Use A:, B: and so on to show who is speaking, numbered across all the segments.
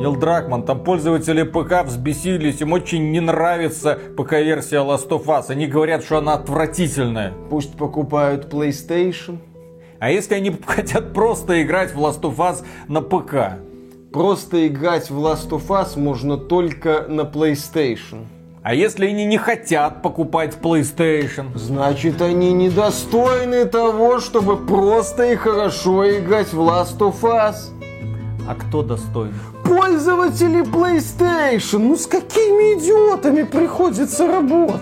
A: Нил Дракман, там пользователи ПК взбесились, им очень не нравится ПК-версия Last of Us. Они говорят, что она отвратительная.
B: Пусть покупают PlayStation.
A: А если они хотят просто играть в Last of Us на ПК?
B: Просто играть в Last of Us можно только на PlayStation.
A: А если они не хотят покупать PlayStation?
B: Значит, они недостойны того, чтобы просто и хорошо играть в Last of Us.
A: А кто достойный?
B: Пользователи PlayStation! Ну с какими идиотами приходится работать?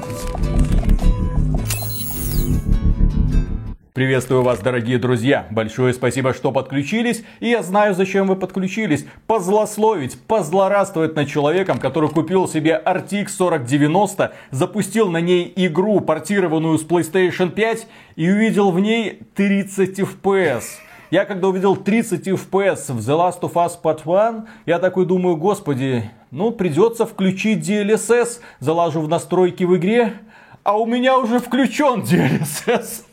A: Приветствую вас, дорогие друзья. Большое спасибо, что подключились. И я знаю, зачем вы подключились. Позлословить, позлорадствовать над человеком, который купил себе RTX 4090, запустил на ней игру, портированную с PlayStation 5, и увидел в ней 30 FPS. Я когда увидел 30 FPS в The Last of Us Part 1, я такой думаю, господи, ну придется включить DLSS, залажу в настройки в игре, а у меня уже включен DLSS.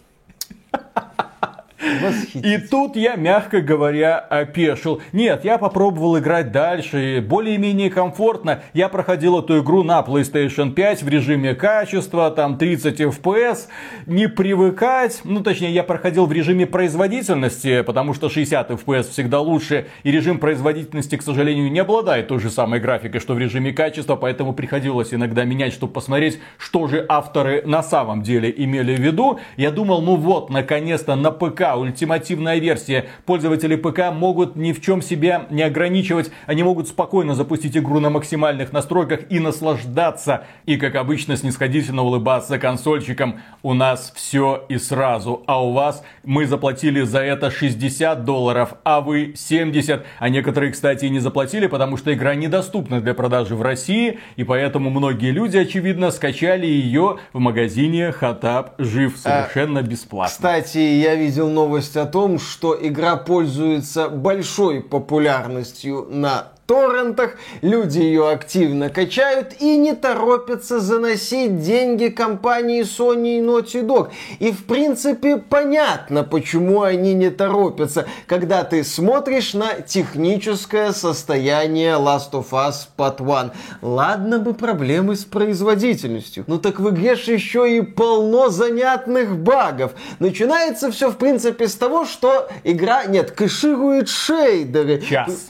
A: И тут я, мягко говоря, опешил. Нет, я попробовал играть дальше, более-менее комфортно. Я проходил эту игру на PlayStation 5 в режиме качества, там 30 FPS. Не привыкать, ну точнее, я проходил в режиме производительности, потому что 60 FPS всегда лучше. И режим производительности, к сожалению, не обладает той же самой графикой, что в режиме качества, поэтому приходилось иногда менять, чтобы посмотреть, что же авторы на самом деле имели в виду. Я думал, ну вот, наконец-то на ПК ультимативная версия. Пользователи ПК могут ни в чем себя не ограничивать. Они могут спокойно запустить игру на максимальных настройках и наслаждаться. И, как обычно, снисходительно улыбаться консольщикам. У нас все и сразу. А у вас мы заплатили за это $60, а вы 70. А некоторые, кстати, и не заплатили, потому что игра недоступна для продажи в России. И поэтому многие люди, очевидно, скачали ее в магазине Хатаб Жив совершенно бесплатно.
B: Кстати, я видел новость о том, что игра пользуется большой популярностью на торрентах, люди ее активно качают и не торопятся заносить деньги компании Sony и Naughty Dog. И в принципе понятно, почему они не торопятся, когда ты смотришь на техническое состояние Last of Us Part 1. Ладно бы проблемы с производительностью, ну так в игре же еще и полно занятных багов. Начинается все в принципе с того, что игра, кэширует шейдеры.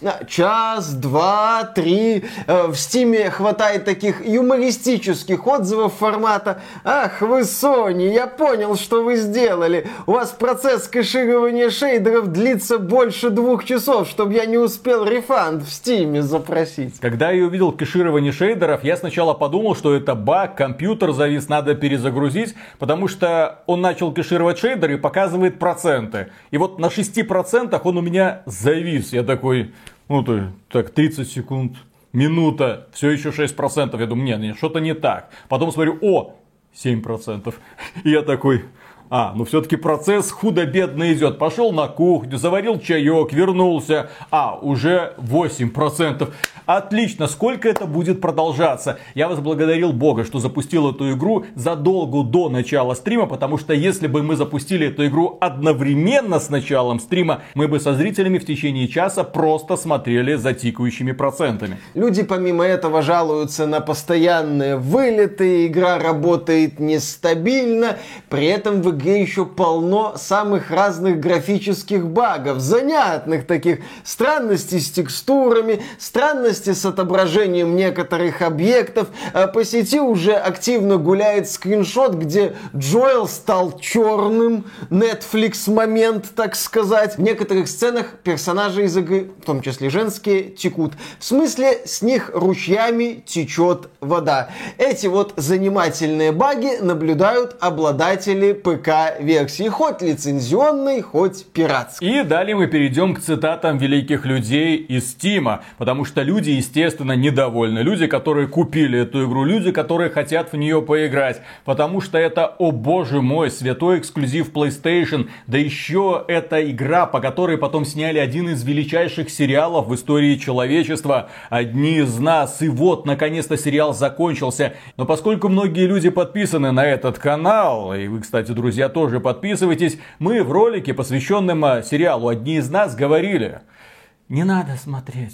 B: Час, 2, 3. В Стиме хватает таких юмористических отзывов формата: «Ах вы, Sony, я понял, что вы сделали. У вас процесс кэширования шейдеров длится больше 2 часов, чтобы я не успел рефанд в Стиме запросить».
A: Когда я увидел кэширование шейдеров, я сначала подумал, что это баг, компьютер завис, надо перезагрузить, потому что он начал кэшировать шейдеры и показывает проценты. И вот на 6% он у меня завис. Я такой... Ну, так, 30 секунд, минута, все еще 6%. Я думаю, нет, что-то не так. Потом смотрю, 7%. И я такой, ну все-таки процесс худо-бедно идет. Пошел на кухню, заварил чаек, вернулся. Уже 8%. Отлично, сколько это будет продолжаться? Я возблагодарил Бога, что запустил эту игру задолго до начала стрима, потому что если бы мы запустили эту игру одновременно с началом стрима, мы бы со зрителями в течение часа просто смотрели за тикающими процентами.
B: Люди помимо этого жалуются на постоянные вылеты, игра работает нестабильно, при этом в игре еще полно самых разных графических багов, занятных таких, странностей с текстурами, странностей с отображением некоторых объектов. По сети уже активно гуляет скриншот, где Джоэл стал черным. Netflix момент, так сказать. В некоторых сценах персонажи из игры, в том числе женские, текут. В смысле, с них ручьями течет вода. Эти вот занимательные баги наблюдают обладатели ПК-версии. Хоть лицензионной, хоть пиратской.
A: И далее мы перейдем к цитатам великих людей из Стима. Потому что люди, естественно, недовольны. Люди, которые купили эту игру, люди, которые хотят в нее поиграть. Потому что это, о боже мой, святой эксклюзив PlayStation. Да еще это игра, по которой потом сняли один из величайших сериалов в истории человечества. Одни из нас. И вот, наконец-то сериал закончился. Но поскольку многие люди подписаны на этот канал, и вы, кстати, друзья, тоже подписывайтесь, мы в ролике, посвященном сериалу «Одни из нас», говорили: не надо смотреть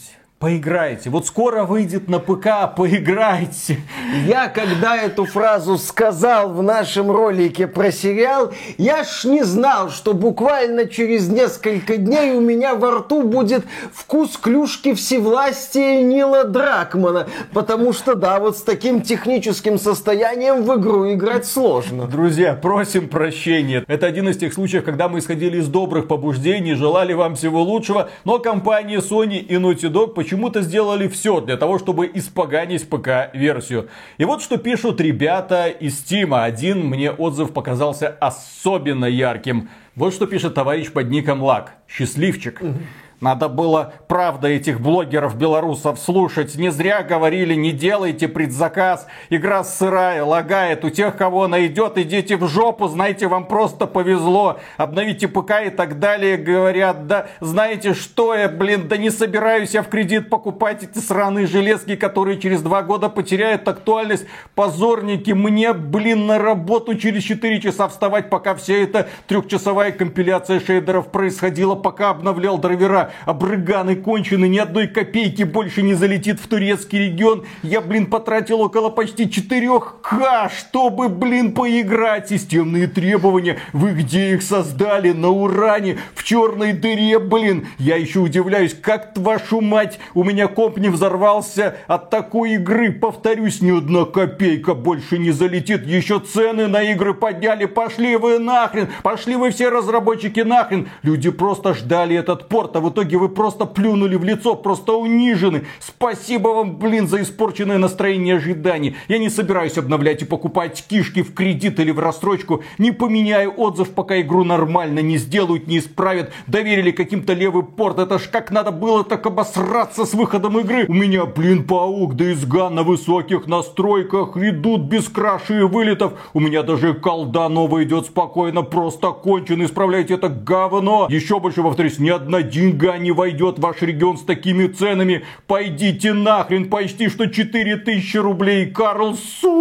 A: Поиграйте. Вот скоро выйдет на ПК, поиграйте.
B: Я, когда эту фразу сказал в нашем ролике про сериал, я ж не знал, что буквально через несколько дней у меня во рту будет вкус клюшки всевластия Нила Дракмана. Потому что, да, вот с таким техническим состоянием в игру играть сложно.
A: Друзья, просим прощения. Это один из тех случаев, когда мы исходили из добрых побуждений, желали вам всего лучшего, но компания Sony и Naughty Dog почему-то сделали все для того, чтобы испоганить ПК-версию. И вот что пишут ребята из Steam. Один мне отзыв показался особенно ярким. Вот что пишет товарищ под ником Лак. Счастливчик. Надо было, правда, этих блогеров-белорусов слушать. Не зря говорили, не делайте предзаказ. Игра сырая, лагает. У тех, кого она идет, идите в жопу. Знаете, вам просто повезло. Обновите ПК и так далее. Говорят, да, знаете, что я, да не собираюсь я в кредит покупать эти сраные железки, которые через 2 года потеряют актуальность. Позорники, мне, на работу через 4 часа вставать, пока вся эта 3-часовая компиляция шейдеров происходила, пока обновлял драйвера. Обрыганы кончены, ни одной копейки больше не залетит в турецкий регион. Я, потратил около почти 4К, чтобы, поиграть. Системные требования, вы где их создали? На уране, в черной дыре, Я еще удивляюсь, как, вашу мать, у меня комп не взорвался от такой игры. Повторюсь, ни одна копейка больше не залетит. Еще цены на игры подняли. Пошли вы нахрен, пошли вы все разработчики нахрен. Люди просто ждали этот порт, а в итоге вы просто плюнули в лицо, просто унижены. Спасибо вам, за испорченное настроение ожиданий. Я не собираюсь обновлять и покупать кишки в кредит или в рассрочку. Не поменяю отзыв, пока игру нормально не сделают, не исправят. Доверили каким-то левый порт. Это ж как надо было так обосраться с выходом игры. У меня, паук Days Gone на высоких настройках. Идут без краши и вылетов. У меня даже колда новая идет спокойно. Просто кончено. Исправляйте это говно. Еще больше повторюсь, ни одна деньга не войдет в ваш регион с такими ценами. Пойдите нахрен, почти что 4000 рублей, Карл,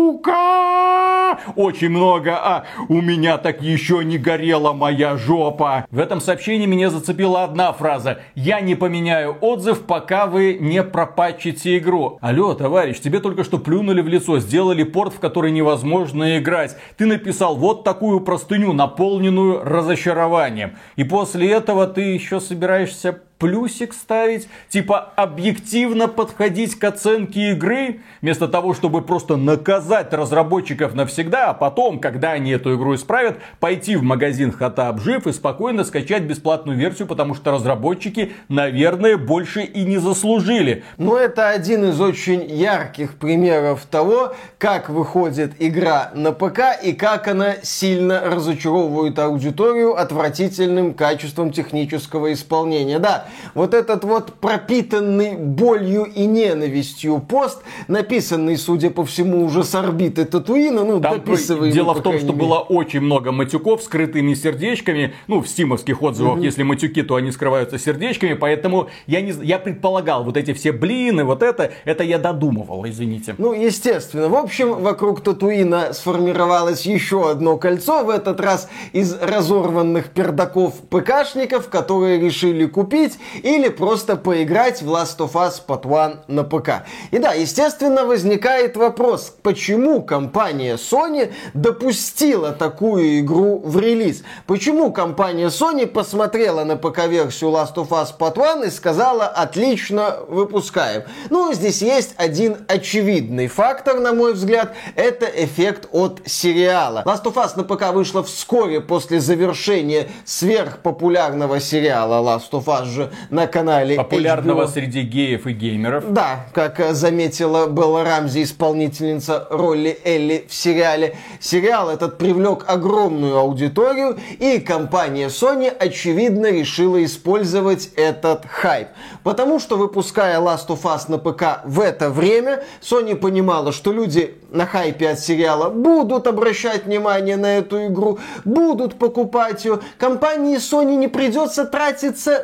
A: сука! Очень много, а у меня так еще не горела моя жопа. В этом сообщении меня зацепила одна фраза. Я не поменяю отзыв, пока вы не пропатчите игру. Алло, товарищ, тебе только что плюнули в лицо, сделали порт, в который невозможно играть. Ты написал вот такую простыню, наполненную разочарованием. И после этого ты еще собираешься плюсик ставить, типа объективно подходить к оценке игры, вместо того, чтобы просто наказать разработчиков навсегда, а потом, когда они эту игру исправят, пойти в магазин Хата-Обжив и спокойно скачать бесплатную версию, потому что разработчики, наверное, больше и не заслужили.
B: Но это один из очень ярких примеров того, как выходит игра на ПК и как она сильно разочаровывает аудиторию отвратительным качеством технического исполнения. Да, вот этот вот пропитанный болью и ненавистью пост, написанный, судя по всему, уже с орбиты Татуина,
A: дело в том, что было очень много матюков с скрытыми сердечками, в стимовских отзывах, если матюки, то они скрываются сердечками, поэтому я предполагал, вот эти все блины, вот это я додумывал, извините.
B: Естественно. В общем, вокруг Татуина сформировалось еще одно кольцо, в этот раз из разорванных пердаков ПКшников, которые решили купить или просто поиграть в Last of Us Part 1 на ПК. И да, естественно, возникает вопрос, почему компания Sony допустила такую игру в релиз? Почему компания Sony посмотрела на ПК-версию Last of Us Part 1 и сказала: отлично, выпускаем? Здесь есть один очевидный фактор, на мой взгляд, это эффект от сериала. Last of Us на ПК вышла вскоре после завершения сверхпопулярного сериала Last of Us же на канале
A: популярного
B: HBO.
A: Среди геев и геймеров.
B: Да, как заметила Белла Рамзи, исполнительница роли Элли в сериале. Сериал этот привлек огромную аудиторию, и компания Sony, очевидно, решила использовать этот хайп. Потому что, выпуская Last of Us на ПК в это время, Sony понимала, что люди на хайпе от сериала будут обращать внимание на эту игру, будут покупать ее. Компании Sony не придется тратиться на рекламу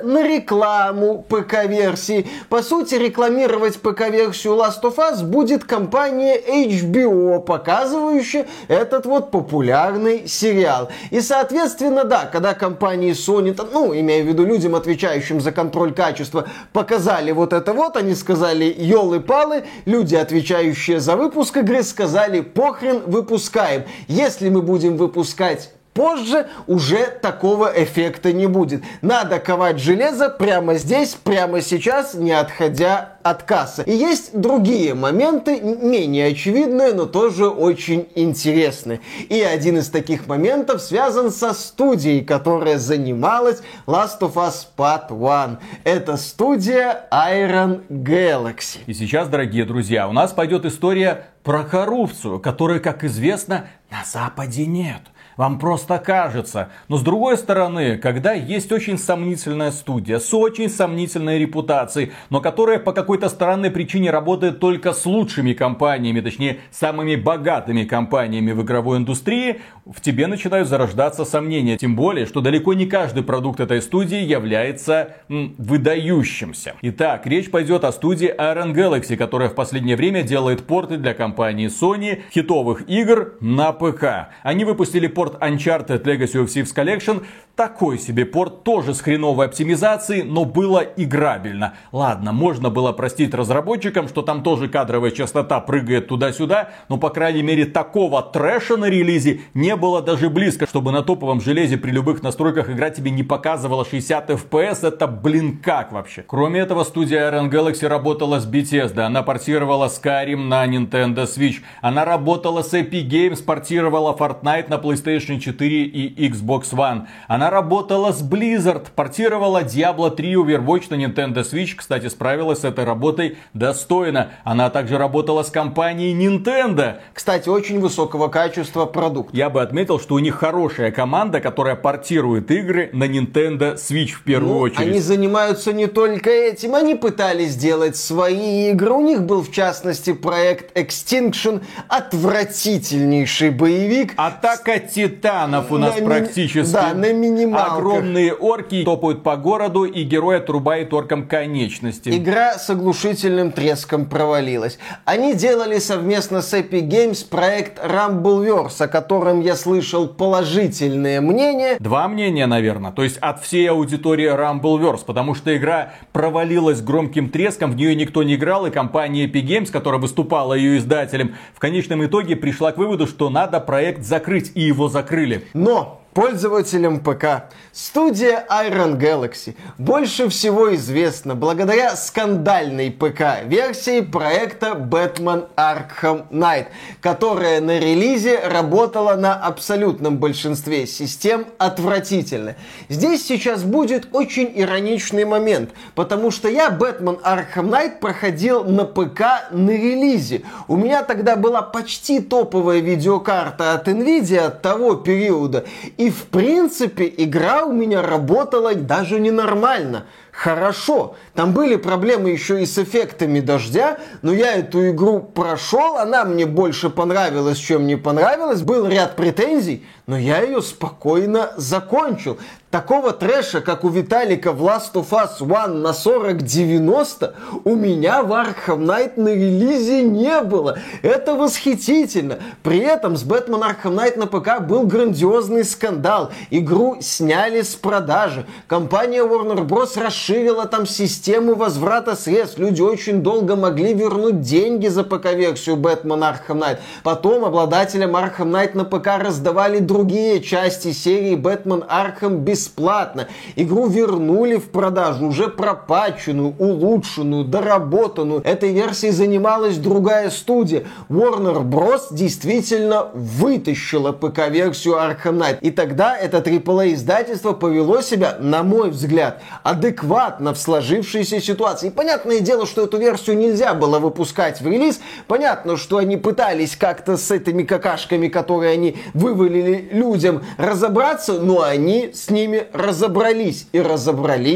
B: рекламу ПК-версии. По сути, рекламировать ПК-версию Last of Us будет компания HBO, показывающая этот вот популярный сериал. И, соответственно, да, когда компании Sony, имея в виду людям, отвечающим за контроль качества, показали вот это вот, они сказали ёлы-палы, люди, отвечающие за выпуск игры, сказали похрен, выпускаем. Если мы будем выпускать позже, уже такого эффекта не будет. Надо ковать железо прямо здесь, прямо сейчас, не отходя от кассы. И есть другие моменты, менее очевидные, но тоже очень интересные. И один из таких моментов связан со студией, которая занималась Last of Us Part 1. Это студия Iron Galaxy.
A: И сейчас, дорогие друзья, у нас пойдет история про коррупцию, которой, как известно, на Западе нет. Вам просто кажется. Но с другой стороны, когда есть очень сомнительная студия с очень сомнительной репутацией, но которая по какой-то странной причине работает только с лучшими компаниями, точнее, самыми богатыми компаниями в игровой индустрии, в тебе начинают зарождаться сомнения. Тем более, что далеко не каждый продукт этой студии является выдающимся. Итак, речь пойдет о студии Iron Galaxy, которая в последнее время делает порты для компании Sony хитовых игр на ПК. Они выпустили порт Uncharted Legacy of Thieves Collection. Такой себе порт, тоже с хреновой оптимизацией, но было играбельно. Ладно, можно было простить разработчикам, что там тоже кадровая частота прыгает туда-сюда, но по крайней мере такого трэша на релизе не было даже близко, чтобы на топовом железе при любых настройках игра тебе не показывала 60 FPS. Это, как вообще? Кроме этого, студия Iron Galaxy работала с Bethesda. Она портировала Skyrim на Nintendo Switch. Она работала с Epic Games, портировала Fortnite на PlayStation 4 и Xbox One. Она работала с Blizzard, портировала Diablo 3 и Overwatch на Nintendo Switch. Кстати, справилась с этой работой достойно. Она также работала с компанией Nintendo.
B: Кстати, очень высокого качества продукт.
A: Я бы отметил, что у них хорошая команда, которая портирует игры на Nintendo Switch в первую очередь.
B: Они занимаются не только этим. Они пытались сделать свои игры. У них был, в частности, проект Extinction. Отвратительнейший боевик.
A: Атака титанов у нас практически.
B: Да, на минималках.
A: Огромные орки топают по городу, и герой отрубает оркам конечности.
B: Игра с оглушительным треском провалилась. Они делали совместно с Epic Games проект Rumbleverse, о котором я слышал положительные мнения.
A: Два мнения, наверное. То есть от всей аудитории Rumbleverse. Потому что игра провалилась громким треском, в нее никто не играл, и компания Epic Games, которая выступала ее издателем, в конечном итоге пришла к выводу, что надо проект закрыть, и его закрыли.
B: Но пользователям ПК студия Iron Galaxy больше всего известна благодаря скандальной ПК-версии проекта Batman Arkham Knight, которая на релизе работала на абсолютном большинстве систем отвратительно. Здесь сейчас будет очень ироничный момент, потому что я Batman Arkham Knight проходил на ПК на релизе. У меня тогда была почти топовая видеокарта от Nvidia от того периода, и в принципе игра у меня работала даже ненормально. Хорошо, там были проблемы еще и с эффектами дождя, но я эту игру прошел, она мне больше понравилась, чем не понравилась. Был ряд претензий, но я ее спокойно закончил. Такого трэша, как у Виталика в Last of Us 1 на 4090, у меня в Arkham Knight на релизе не было. Это восхитительно. При этом с Batman Arkham Knight на ПК был грандиозный скандал. Игру сняли с продажи. Компания Warner Bros. Расширила там систему возврата средств. Люди очень долго могли вернуть деньги за ПК-версию Batman Arkham Knight. Потом обладателям Arkham Knight на ПК раздавали другие части серии Batman Arkham бесплатно. Игру вернули в продажу, уже пропатченную, улучшенную, доработанную. Этой версией занималась другая студия. Warner Bros. Действительно вытащила ПК-версию Arkham Knight. И тогда это AAA-издательство повело себя, на мой взгляд, адекватно в сложившейся ситуации. И понятное дело, что эту версию нельзя было выпускать в релиз. Понятно, что они пытались как-то с этими какашками, которые они вывалили людям, разобраться, но они с ними разобрались. И разобрались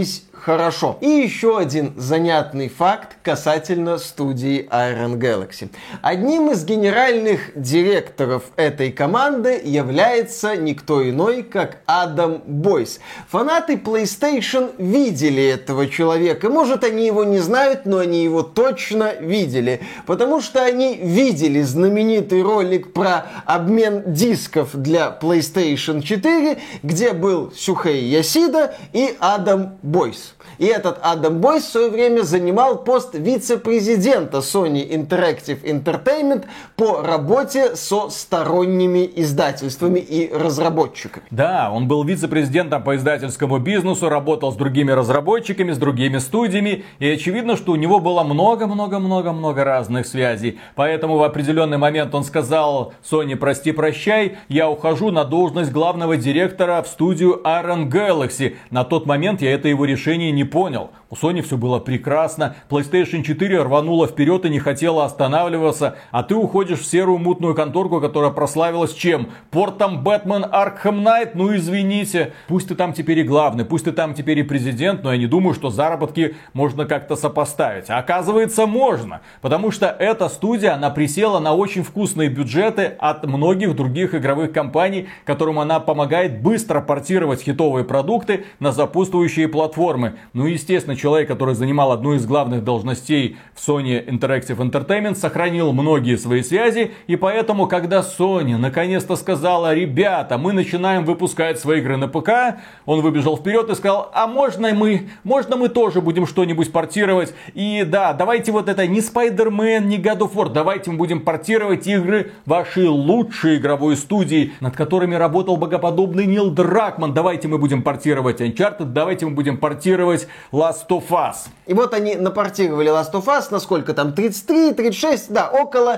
B: хорошо. И еще один занятный факт касательно студии Iron Galaxy. Одним из генеральных директоров этой команды является никто иной, как Адам Бойс. Фанаты PlayStation видели этого человека. Может, они его не знают, но они его точно видели. Потому что они видели знаменитый ролик про обмен дисков для PlayStation 4, где был Сюхей Ясида и Адам Бойс. И этот Адам Бойс в свое время занимал пост вице-президента Sony Interactive Entertainment по работе со сторонними издательствами и разработчиками.
A: Да, он был вице-президентом по издательскому бизнесу, работал с другими разработчиками, с другими студиями, и очевидно, что у него было много-много-много-много разных связей. Поэтому в определенный момент он сказал: Sony, прости, прощай, я ухожу на должность главного директора в студию Iron Galaxy. На тот момент я это его решение не понял. У Sony все было прекрасно, PlayStation 4 рванула вперед и не хотела останавливаться, а ты уходишь в серую мутную конторку, которая прославилась чем? Портом Batman Arkham Knight? Ну извините, пусть ты там теперь и главный, пусть ты там теперь и президент, но я не думаю, что заработки можно как-то сопоставить. А оказывается, можно, потому что эта студия, она присела на очень вкусные бюджеты от многих других игровых компаний, которым она помогает быстро портировать хитовые продукты на сопутствующие платформы. Ну и естественно, человек, который занимал одну из главных должностей в Sony Interactive Entertainment, сохранил многие свои связи, и поэтому, когда Sony наконец-то сказала: ребята, мы начинаем выпускать свои игры на ПК, он выбежал вперед и сказал: а можно мы тоже будем что-нибудь портировать? И да, давайте вот это не Spider-Man, не God of War, давайте мы будем портировать игры вашей лучшей игровой студии, над которыми работал богоподобный Нил Дракман. Давайте мы будем портировать Uncharted, давайте мы будем портировать Last of Us.
B: И вот они напортировали Last of Us на сколько там? 33, 36, да, около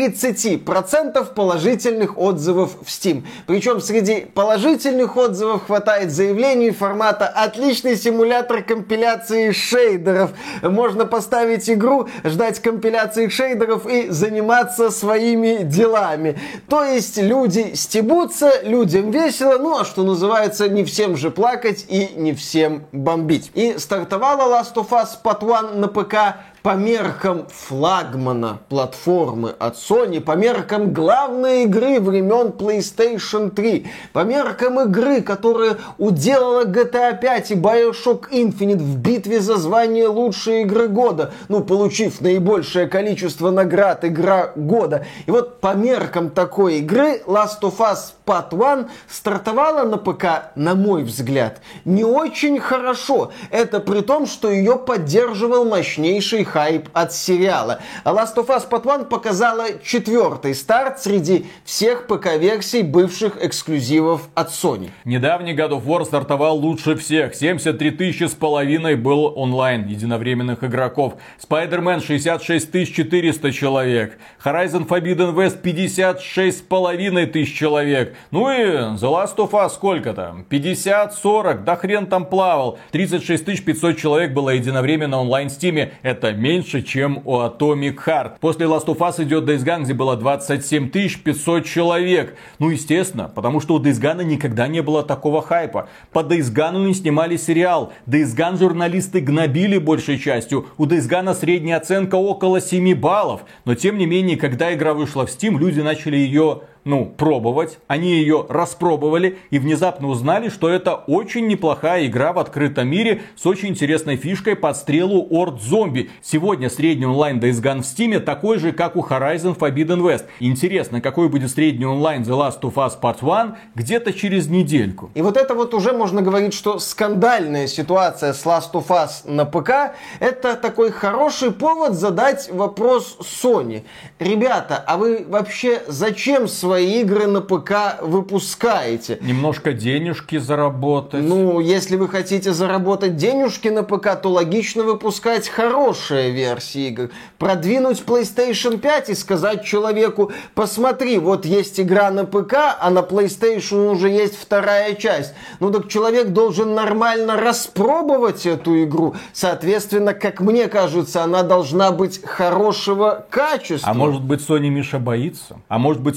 B: 30% положительных отзывов в Steam. Причем среди положительных отзывов хватает заявлений формата «отличный симулятор компиляции шейдеров». Можно поставить игру, ждать компиляции шейдеров и заниматься своими делами. То есть люди стебутся, людям весело, ну а что называется, не всем же плакать и не всем бомбить. И стартовала Last of Us Part 1 на ПК по меркам флагмана платформы от Sony, по меркам главной игры времен PlayStation 3, по меркам игры, которая уделала GTA 5 и Bioshock Infinite в битве за звание лучшей игры года, ну, получив наибольшее количество наград игра года. И вот по меркам такой игры Last of Us Part 1 стартовала на ПК, на мой взгляд, не очень хорошо. Это при том, что ее поддерживал мощнейший хайп от сериала. А Last of Us Part 1 показала 4-й старт среди всех ПК-версий бывших эксклюзивов от Sony.
A: Недавний God of War стартовал лучше всех. 73 тысячи с половиной был онлайн единовременных игроков. Spider-Man 66 400 человек. Horizon Forbidden West 56 с половиной тысяч человек. Ну и The Last of Us сколько там? 50-40, да хрен там плавал. 36 500 человек было единовременно онлайн в Steam. Это меньше, чем у Atomic Heart. После Last of Us идет Days Gone, где было 27 500 человек. Ну, естественно, потому что у Days Gone никогда не было такого хайпа. По Days Gone не снимали сериал. Days Gone журналисты гнобили большей частью. У Days Gone средняя оценка около 7 баллов. Но, тем не менее, когда игра вышла в Steam, люди начали ее пробовать. Они ее распробовали и внезапно узнали, что это очень неплохая игра в открытом мире с очень интересной фишкой под стрелу орд зомби. Сегодня средний онлайн Days Gone в Steam такой же, как у Horizon Forbidden West. Интересно, какой будет средний онлайн The Last of Us Part 1 где-то через недельку.
B: И вот это вот уже можно говорить, что скандальная ситуация с Last of Us на ПК — это такой хороший повод задать вопрос Sony. Ребята, а вы вообще зачем свои игры на ПК выпускаете?
A: Немножко денежки заработать.
B: Ну, если вы хотите заработать денежки на ПК, то логично выпускать хорошие версии игр. Продвинуть PlayStation 5 и сказать человеку: посмотри, вот есть игра на ПК, а на PlayStation уже есть вторая часть. Ну так человек должен нормально распробовать эту игру. Соответственно, как мне кажется, она должна быть хорошего качества.
A: А может быть, Sony, Миша, боится? А может быть, Sony действительно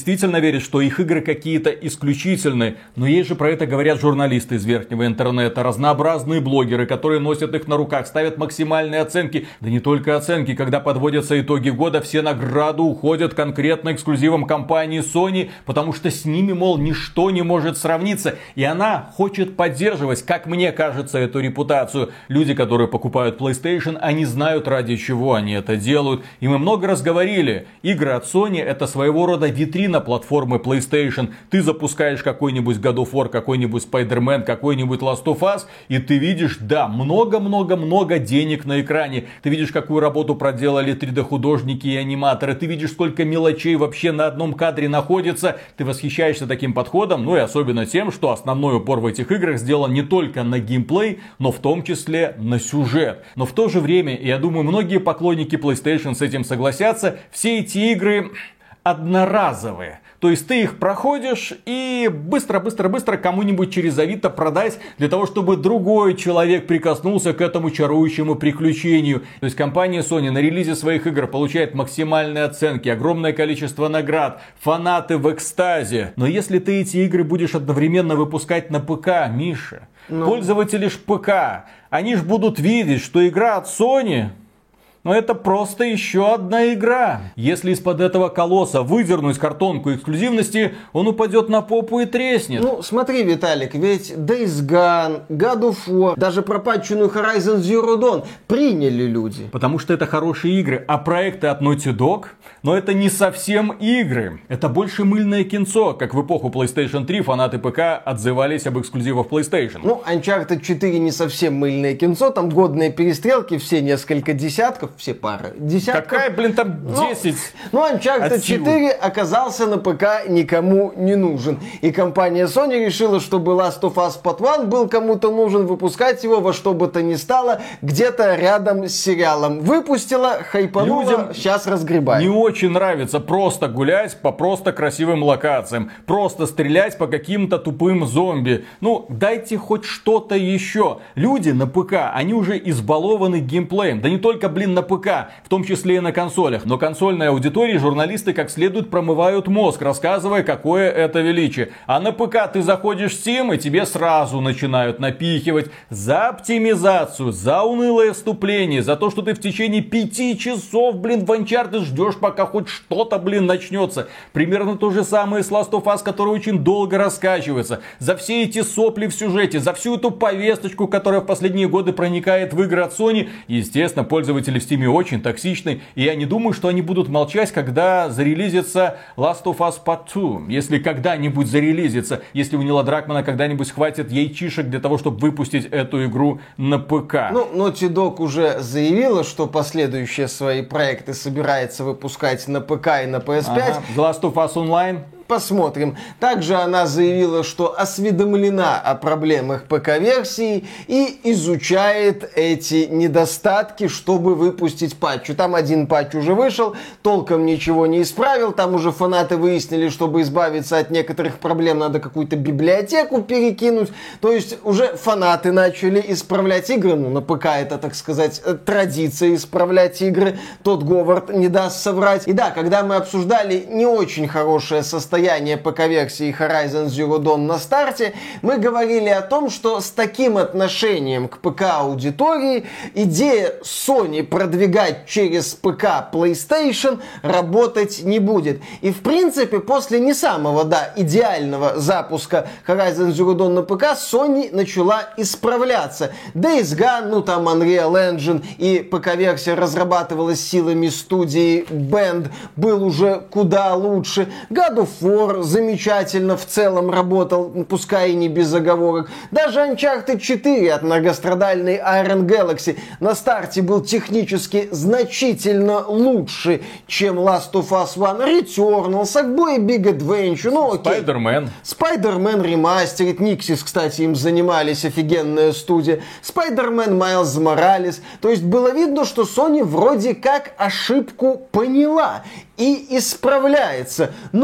A: действительно верит, что их игры какие-то исключительные. Но есть же про это говорят журналисты из верхнего интернета, разнообразные блогеры, которые носят их на руках, ставят максимальные оценки. Да не только оценки, когда подводятся итоги года, все награды уходят конкретно эксклюзивам компании Sony, потому что с ними, мол, ничто не может сравниться. И она хочет поддерживать, как мне кажется, эту репутацию. Люди, которые покупают PlayStation, они знают, ради чего они это делают. И мы много раз говорили, игры от Sony это своего рода витрина платформы PlayStation. Ты запускаешь какой-нибудь God of War, какой-нибудь Spider-Man, какой-нибудь Last of Us, и ты видишь, да, много-много-много денег на экране. Ты видишь, какую работу проделали 3D-художники и аниматоры. Ты видишь, сколько мелочей вообще на одном кадре находится. Ты восхищаешься таким подходом, ну и особенно тем, что основной упор в этих играх сделан не только на геймплей, но в том числе на сюжет. Но в то же время, я думаю, многие поклонники PlayStation с этим согласятся, все эти игры одноразовые. То есть ты их проходишь и быстро кому-нибудь через Авито продать, для того, чтобы другой человек прикоснулся к этому чарующему приключению. То есть компания Sony на релизе своих игр получает максимальные оценки, огромное количество наград, фанаты в экстазе. Но если ты эти игры будешь одновременно выпускать на ПК, Миша, пользователи ж ПК, они ж будут видеть, что игра от Sony... Но это просто еще одна игра. Если из-под этого колосса выдернуть картонку эксклюзивности, он упадет на попу и треснет.
B: Ну, смотри, Виталик, ведь Days Gone, God of War, даже пропатченную Horizon Zero Dawn приняли люди.
A: Потому что это хорошие игры, а проекты от Naughty Dog, но это не совсем игры. Это больше мыльное кинцо, как в эпоху PlayStation 3 фанаты ПК отзывались об эксклюзивах PlayStation.
B: Ну, Uncharted 4 не совсем мыльное кинцо, там годные перестрелки, все несколько десятков, все пары десятков.
A: Какая, блин, там 10?
B: Ну, Uncharted 4 оказался на ПК никому не нужен. И компания Sony решила, чтобы Last of Us Part 1 был кому-то нужен, выпускать его во что бы то ни стало, где-то рядом с сериалом. Выпустила, хайпанула, людям сейчас разгребает.
A: Не очень нравится просто гулять по просто красивым локациям, просто стрелять по каким-то тупым зомби. Ну, дайте хоть что-то еще. Люди на ПК, они уже избалованы геймплеем. Да не только, блин, на ПК, в том числе и на консолях. Но консольной аудитории журналисты как следует промывают мозг, рассказывая, какое это величие. А на ПК ты заходишь в Steam, и тебе сразу начинают напихивать за оптимизацию, за унылое вступление, за то, что ты в течение 5 часов, блин, в Uncharted ждешь, пока хоть что-то, блин, начнется. Примерно то же самое с Last of Us, который очень долго раскачивается. За все эти сопли в сюжете, за всю эту повесточку, которая в последние годы проникает в игры от Sony, естественно, пользователи в Steam очень токсичны, и я не думаю, что они будут молчать, когда зарелизится Last of Us Part 2. Если когда-нибудь зарелизится, если у Нила Дракмана когда-нибудь хватит яичишек для того, чтобы выпустить эту игру на ПК.
B: Ну, Naughty Dog уже заявила, что последующие свои проекты собирается выпускать на ПК и на PS5.
A: Ага. The Last of Us Online.
B: Посмотрим. Также она заявила, что осведомлена о проблемах ПК-версии и изучает эти недостатки, чтобы выпустить патч. Там один патч уже вышел, толком ничего не исправил. Там уже фанаты выяснили, чтобы избавиться от некоторых проблем, надо какую-то библиотеку перекинуть. То есть уже фанаты начали исправлять игры. Ну, на ПК это, так сказать, традиция исправлять игры. Тот Говард не даст соврать. И да, когда мы обсуждали не очень хорошее состояние ПК-версии Horizon Zero Dawn на старте, мы говорили о том, что с таким отношением к ПК-аудитории идея Sony продвигать через ПК PlayStation работать не будет. И в принципе, после не самого, идеального запуска Horizon Zero Dawn на ПК, Sony начала исправляться. Days Gone, там Unreal Engine и ПК-версия разрабатывалась силами студии Bend, был уже куда лучше. God of War замечательно в целом работал, пускай и не без оговорок. Даже Uncharted 4 от многострадальной Iron Galaxy на старте был технически значительно лучше, чем Last of Us 1. Returnal, Sackboy Big Adventure, Spider-Man Remastered, Nixxes, кстати, им занимались, офигенная студия. Spider-Man Miles Morales. То есть было видно, что Sony вроде как ошибку поняла и исправляется. Но нет,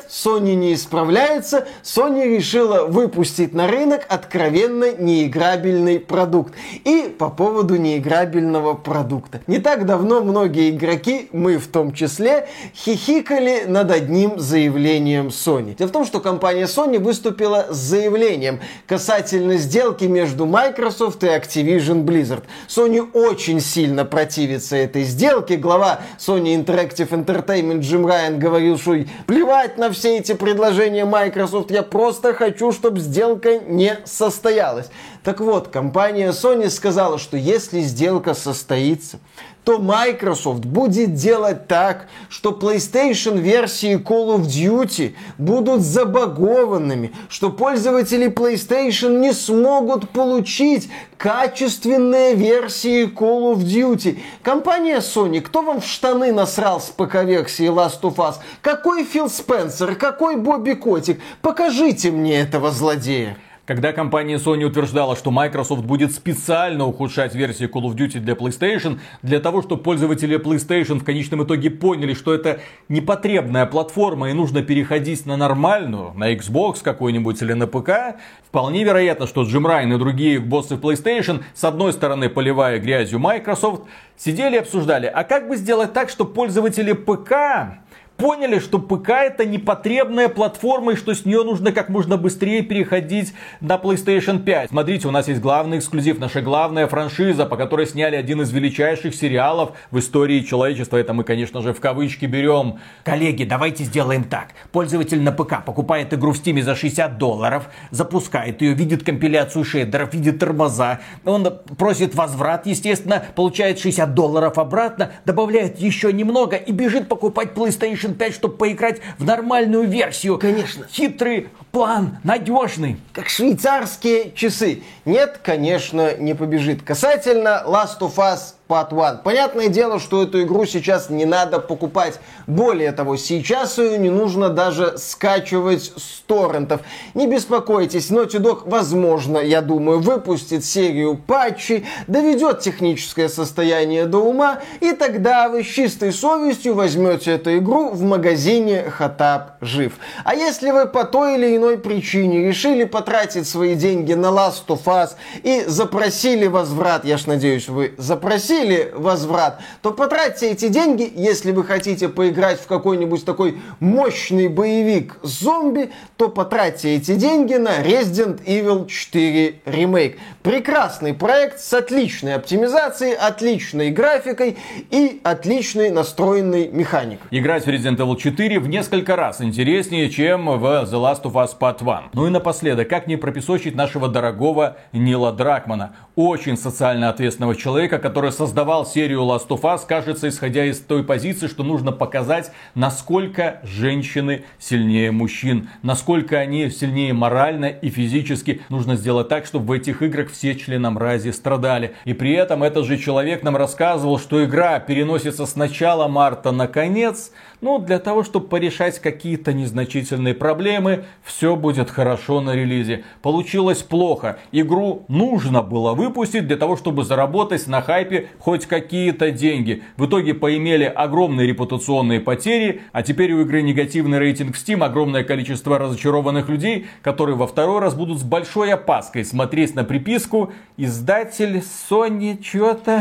B: нет, Sony не исправляется, Sony решила выпустить на рынок откровенно неиграбельный продукт. И по поводу неиграбельного продукта. Не так давно многие игроки, мы в том числе, хихикали над одним заявлением Sony. Дело в том, что компания Sony выступила с заявлением касательно сделки между Microsoft и Activision Blizzard. Sony очень сильно противится этой сделке. Глава Sony Interactive Entertainment Джим Райан говорил, что плевать на все эти предложения Microsoft, я просто хочу, чтобы сделка не состоялась. Так вот, компания Sony сказала, что если сделка состоится, то Microsoft будет делать так, что PlayStation версии Call of Duty будут забагованными, что пользователи PlayStation не смогут получить качественные версии Call of Duty. Компания Sony, кто вам в штаны насрал с ПК-версии Last of Us? Какой Фил Спенсер? Какой Бобби Котик? Покажите мне этого злодея.
A: Когда компания Sony утверждала, что Microsoft будет специально ухудшать версии Call of Duty для PlayStation, для того, чтобы пользователи PlayStation в конечном итоге поняли, что это непотребная платформа и нужно переходить на нормальную, на Xbox какой-нибудь или на ПК, вполне вероятно, что Джим Райан и другие боссы PlayStation, с одной стороны поливая грязью Microsoft, сидели и обсуждали, а как бы сделать так, чтобы пользователи ПК поняли, что ПК это непотребная платформа и что с нее нужно как можно быстрее переходить на PlayStation 5. Смотрите, у нас есть главный эксклюзив, наша главная франшиза, по которой сняли один из величайших сериалов в истории человечества. Это мы, конечно же, в кавычки берем. Коллеги, давайте сделаем так. Пользователь на ПК покупает игру в Steam за $60, запускает ее, видит компиляцию шейдеров, видит тормоза. Он просит возврат, естественно, получает $60 обратно, добавляет еще немного и бежит покупать PlayStation 5, чтобы поиграть в нормальную версию.
B: Конечно.
A: Хитрый план, надежный.
B: Как швейцарские часы. Нет, конечно, не побежит. Касательно Last of Us Part 1. Понятное дело, что эту игру сейчас не надо покупать. Более того, сейчас ее не нужно даже скачивать с торрентов. Не беспокойтесь, Naughty Dog, возможно, я думаю, выпустит серию патчей, доведет техническое состояние до ума, и тогда вы с чистой совестью возьмете эту игру в магазине Хатаб Жив. А если вы по той или иной причине решили потратить свои деньги на Last of Us и запросили возврат, я ж надеюсь, вы запросили возврат, то потратьте эти деньги, если вы хотите поиграть в какой-нибудь такой мощный боевик зомби, то потратьте эти деньги на Resident Evil 4 Remake. Прекрасный проект с отличной оптимизацией, отличной графикой и отличной настроенной механикой.
A: Играть в Resident Evil 4 в несколько раз интереснее, чем в The Last of Us Part 1. Ну и напоследок, как не пропесочить нашего дорогого Нила Дракмана, очень социально ответственного человека, который создавал серию Last of Us, кажется, исходя из той позиции, что нужно показать, насколько женщины сильнее мужчин, насколько они сильнее морально и физически. Нужно сделать так, чтобы в этих играх все членомрази страдали. И при этом этот же человек нам рассказывал, что игра переносится с начала марта на конец, для того, чтобы порешать какие-то незначительные проблемы, все будет хорошо на релизе. Получилось плохо. Игру нужно было выпустить для того, чтобы заработать на хайпе хоть какие-то деньги. В итоге поимели огромные репутационные потери, а теперь у игры негативный рейтинг в Steam, огромное количество разочарованных людей, которые во второй раз будут с большой опаской смотреть на приписку «Издатель Sony что-то,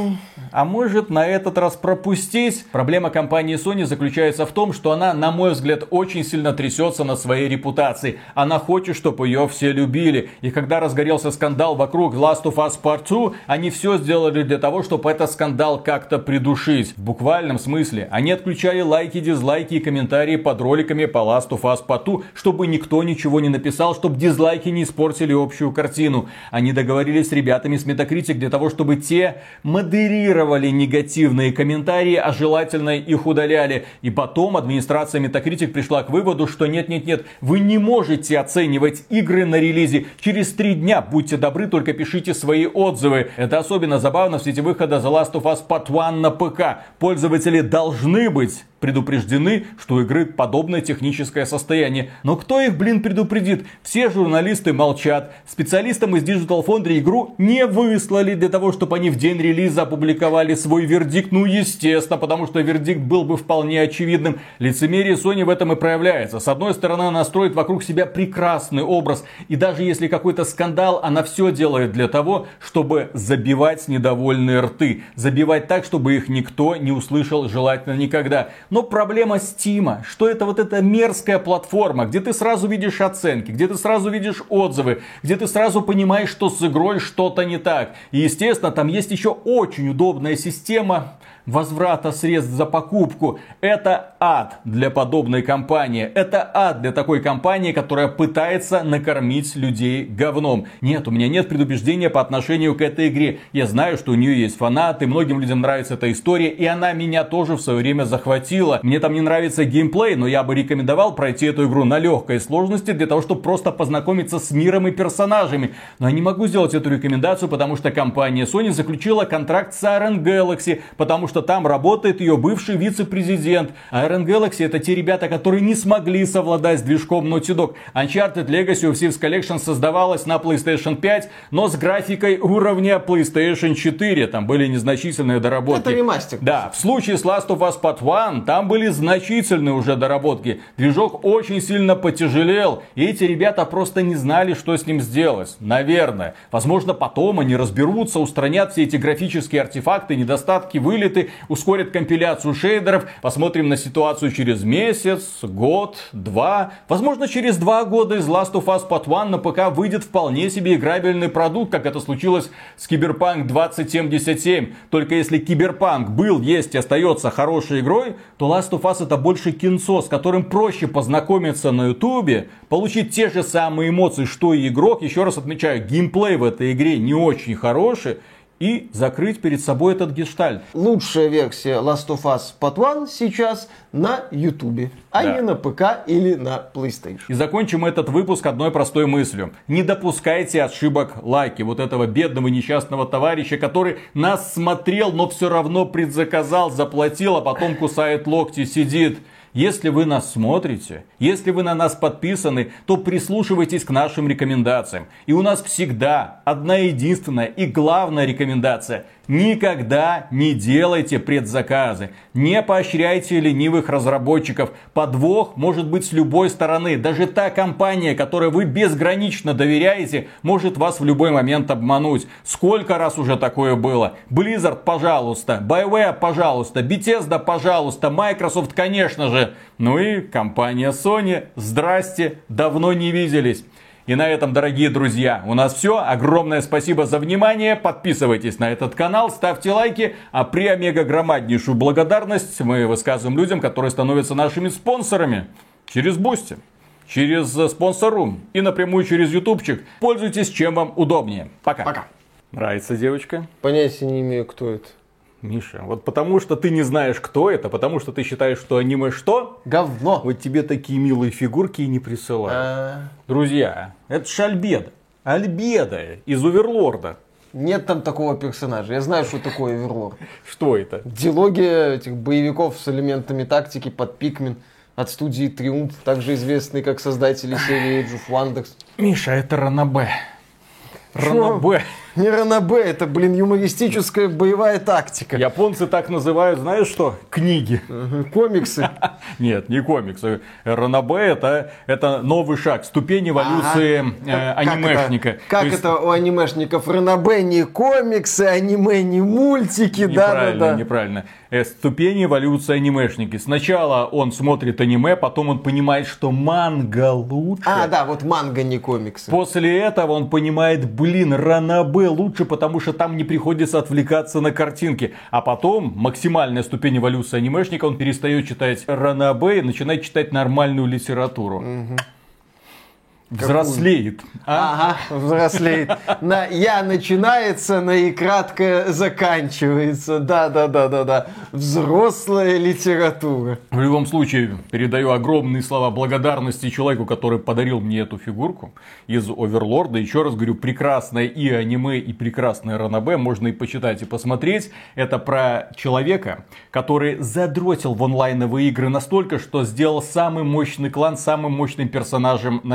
A: а может на этот раз пропустить». Проблема компании Sony заключается в том, что она, на мой взгляд, очень сильно трясется на своей репутации. Она хочет, чтобы ее все любили. И когда разгорелся скандал вокруг Last of Us Part 2, они все сделали для того, чтобы этот скандал как-то придушить. В буквальном смысле. Они отключали лайки, дизлайки и комментарии под роликами по Last of Us Part 2, чтобы никто ничего не написал, чтобы дизлайки не испортили общую картину. Они договорились с ребятами с Metacritic для того, чтобы те модерировали негативные комментарии, а желательно их удаляли. И потом администрация Metacritic пришла к выводу, что нет, вы не можете оценивать игры на релизе. Через 3 дня, будьте добры, только пишите свои отзывы. Это особенно забавно в свете выхода The Last of Us Part 1 на ПК. Пользователи должны быть предупреждены, что у игры подобное техническое состояние. Но кто их, предупредит? Все журналисты молчат. Специалистам из Digital Foundry игру не выслали для того, чтобы они в день релиза опубликовали свой вердикт. Естественно, потому что вердикт был бы вполне менее очевидным. Лицемерие Sony в этом и проявляется. С одной стороны, она строит вокруг себя прекрасный образ. И даже если какой-то скандал, она все делает для того, чтобы забивать недовольные рты. Забивать так, чтобы их никто не услышал, желательно никогда. Но проблема Стима, что это вот эта мерзкая платформа, где ты сразу видишь оценки, где ты сразу видишь отзывы, где ты сразу понимаешь, что с игрой что-то не так. И, естественно, там есть еще очень удобная система возврата средств за покупку. Это ад для подобной компании. Это ад для такой компании, которая пытается накормить людей говном. Нет, у меня нет предубеждения по отношению к этой игре. Я знаю, что у нее есть фанаты, многим людям нравится эта история, и она меня тоже в свое время захватила. Мне там не нравится геймплей, но я бы рекомендовал пройти эту игру на легкой сложности, для того, чтобы просто познакомиться с миром и персонажами. Но я не могу сделать эту рекомендацию, потому что компания Sony заключила контракт с Iron Galaxy, потому что там работает ее бывший вице-президент. Iron Galaxy — это те ребята, которые не смогли совладать с движком Naughty Dog. Uncharted Legacy of Thieves Collection создавалась на PlayStation 5, но с графикой уровня PlayStation 4. Там были незначительные доработки.
B: Это ремастер.
A: Да, в случае с Last of Us Part 1 там были значительные уже доработки. Движок очень сильно потяжелел, и эти ребята просто не знали, что с ним сделать. Наверное. Возможно, потом они разберутся, устранят все эти графические артефакты, недостатки, вылеты, ускорят компиляцию шейдеров. Посмотрим на ситуацию через месяц, год, два. Возможно, через 2 года из Last of Us Part 1 на ПК выйдет вполне себе играбельный продукт, как это случилось с Cyberpunk 2077. Только если Cyberpunk был, есть и остается хорошей игрой, то Last of Us — это больше кинцо, с которым проще познакомиться на Ютубе, получить те же самые эмоции, что и игрок. Еще раз отмечаю, геймплей в этой игре не очень хороший. И закрыть перед собой этот гештальт.
B: Лучшая версия Last of Us Part 1 сейчас на Ютубе, а не на ПК или на PlayStation.
A: И закончим этот выпуск одной простой мыслью. Не допускайте ошибок Лайки, вот этого бедного несчастного товарища, который нас смотрел, но все равно предзаказал, заплатил, а потом кусает локти, сидит. Если вы нас смотрите, если вы на нас подписаны, то прислушивайтесь к нашим рекомендациям. И у нас всегда одна единственная и главная рекомендация. Никогда не делайте предзаказы. Не поощряйте ленивых разработчиков. Подвох может быть с любой стороны. Даже та компания, которой вы безгранично доверяете, может вас в любой момент обмануть. Сколько раз уже такое было? Blizzard, пожалуйста. BioWare, пожалуйста. Bethesda, пожалуйста. Microsoft, конечно же. Ну и компания Sony. Здрасте, давно не виделись. И на этом, дорогие друзья, у нас все. Огромное спасибо за внимание. Подписывайтесь на этот канал, ставьте лайки. А при омега-громаднейшую благодарность мы высказываем людям, которые становятся нашими спонсорами. Через Бусти, через Спонсору и напрямую через ютубчик. Пользуйтесь, чем вам удобнее. Пока.
B: Пока.
A: Нравится девочка?
B: Понятия не имею, кто это.
A: Миша, вот потому что ты не знаешь, кто это, потому что ты считаешь, что аниме что?
B: Говно.
A: Вот тебе такие милые фигурки и не присылают. Друзья, это ж Альбедо. Альбедо из Оверлорда.
B: Нет там такого персонажа. Я знаю, что такое Оверлорд.
A: Что это?
B: Дилогия этих боевиков с элементами тактики под Pikmin от студии Triumph, также известный как создатели серии Age of Wonders.
A: Миша, это Ранобэ. Ранобэ.
B: Не Ранобэ, это, юмористическая боевая тактика.
A: Японцы так называют, знаешь что? Книги.
B: Комиксы.
A: Нет, не комиксы. Ранобэ это новый шаг, ступень эволюции анимешника.
B: Как это у анимешников? Ранобэ не комиксы, аниме не мультики.
A: Неправильно, неправильно. Ступень эволюции анимешники. Сначала он смотрит аниме, потом он понимает, что манга лучше.
B: Вот манга не комиксы.
A: После этого он понимает, Ранобэ лучше, потому что там не приходится отвлекаться на картинки. А потом максимальная ступень эволюции анимешника, он перестает читать Ранобэ и начинает читать нормальную литературу. Взрослеет.
B: Взрослеет. На «я» начинается, на «и» краткое заканчивается. Да. Взрослая литература.
A: В любом случае, передаю огромные слова благодарности человеку, который подарил мне эту фигурку из Оверлорда. Еще раз говорю, прекрасное и аниме, и прекрасное Ранобэ. Можно и почитать, и посмотреть. Это про человека, который задротил в онлайновые игры настолько, что сделал самый мощный клан самым мощным персонажем на сервере.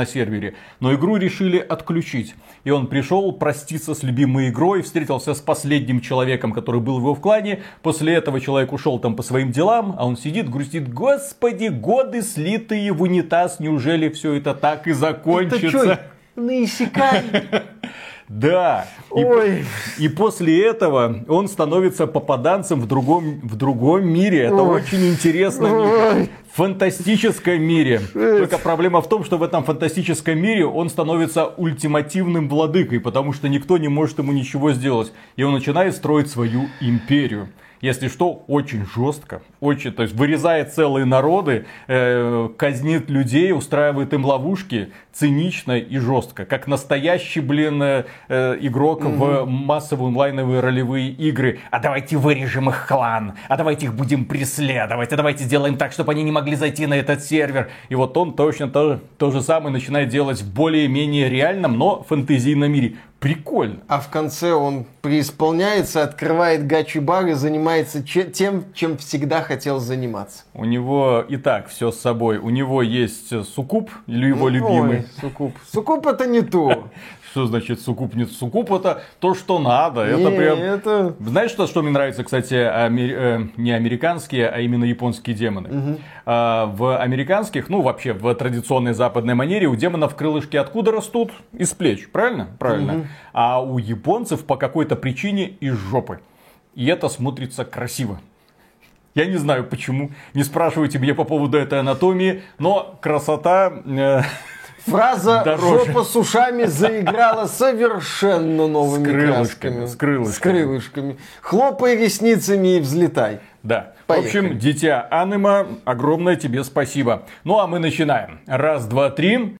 A: игре. Но игру решили отключить. И он пришел проститься с любимой игрой, встретился с последним человеком, который был в его в клане. После этого человек ушел там по своим делам, а он сидит, грустит. Господи, годы слитые в унитаз, неужели все это так и закончится?
B: Это что, на Исекай?
A: Да. И после этого он становится попаданцем в другом мире. Это очень интересно. В фантастическом мире. Только проблема в том, что в этом фантастическом мире он становится ультимативным владыкой, потому что никто не может ему ничего сделать. И он начинает строить свою империю. Если что, очень жестко, очень, то есть вырезает целые народы, казнит людей, устраивает им ловушки, цинично и жестко, как настоящий, игрок в массовые онлайновые ролевые игры. А давайте вырежем их клан, а давайте их будем преследовать, а давайте сделаем так, чтобы они не могли зайти на этот сервер. И вот он точно то же самое начинает делать в более-менее реальном, но фэнтезийном мире. Прикольно.
B: А в конце он преисполняется, открывает гачи-бар и занимается тем, чем всегда хотел заниматься.
A: У него и так все с собой. У него есть суккуб, или его любимый.
B: Суккуб. Суккуб это не то.
A: Что значит суккуб? Нет, суккуб это то, что надо. Это прям... Знаешь, что мне нравится, кстати, не американские, а именно японские демоны. В американских, вообще в традиционной западной манере у демонов крылышки откуда растут? Из плеч, правильно? Правильно. А у японцев по какой-то причине из жопы. И это смотрится красиво. Я не знаю почему. Не спрашивайте меня по поводу этой анатомии, но красота...
B: Фраза «жопа с ушами» заиграла совершенно новыми красками.
A: С крылышками.
B: Хлопай ресницами и взлетай.
A: Да.
B: Поехали.
A: В общем, дитя аниме, огромное тебе спасибо. Ну а мы начинаем. Раз, два, три.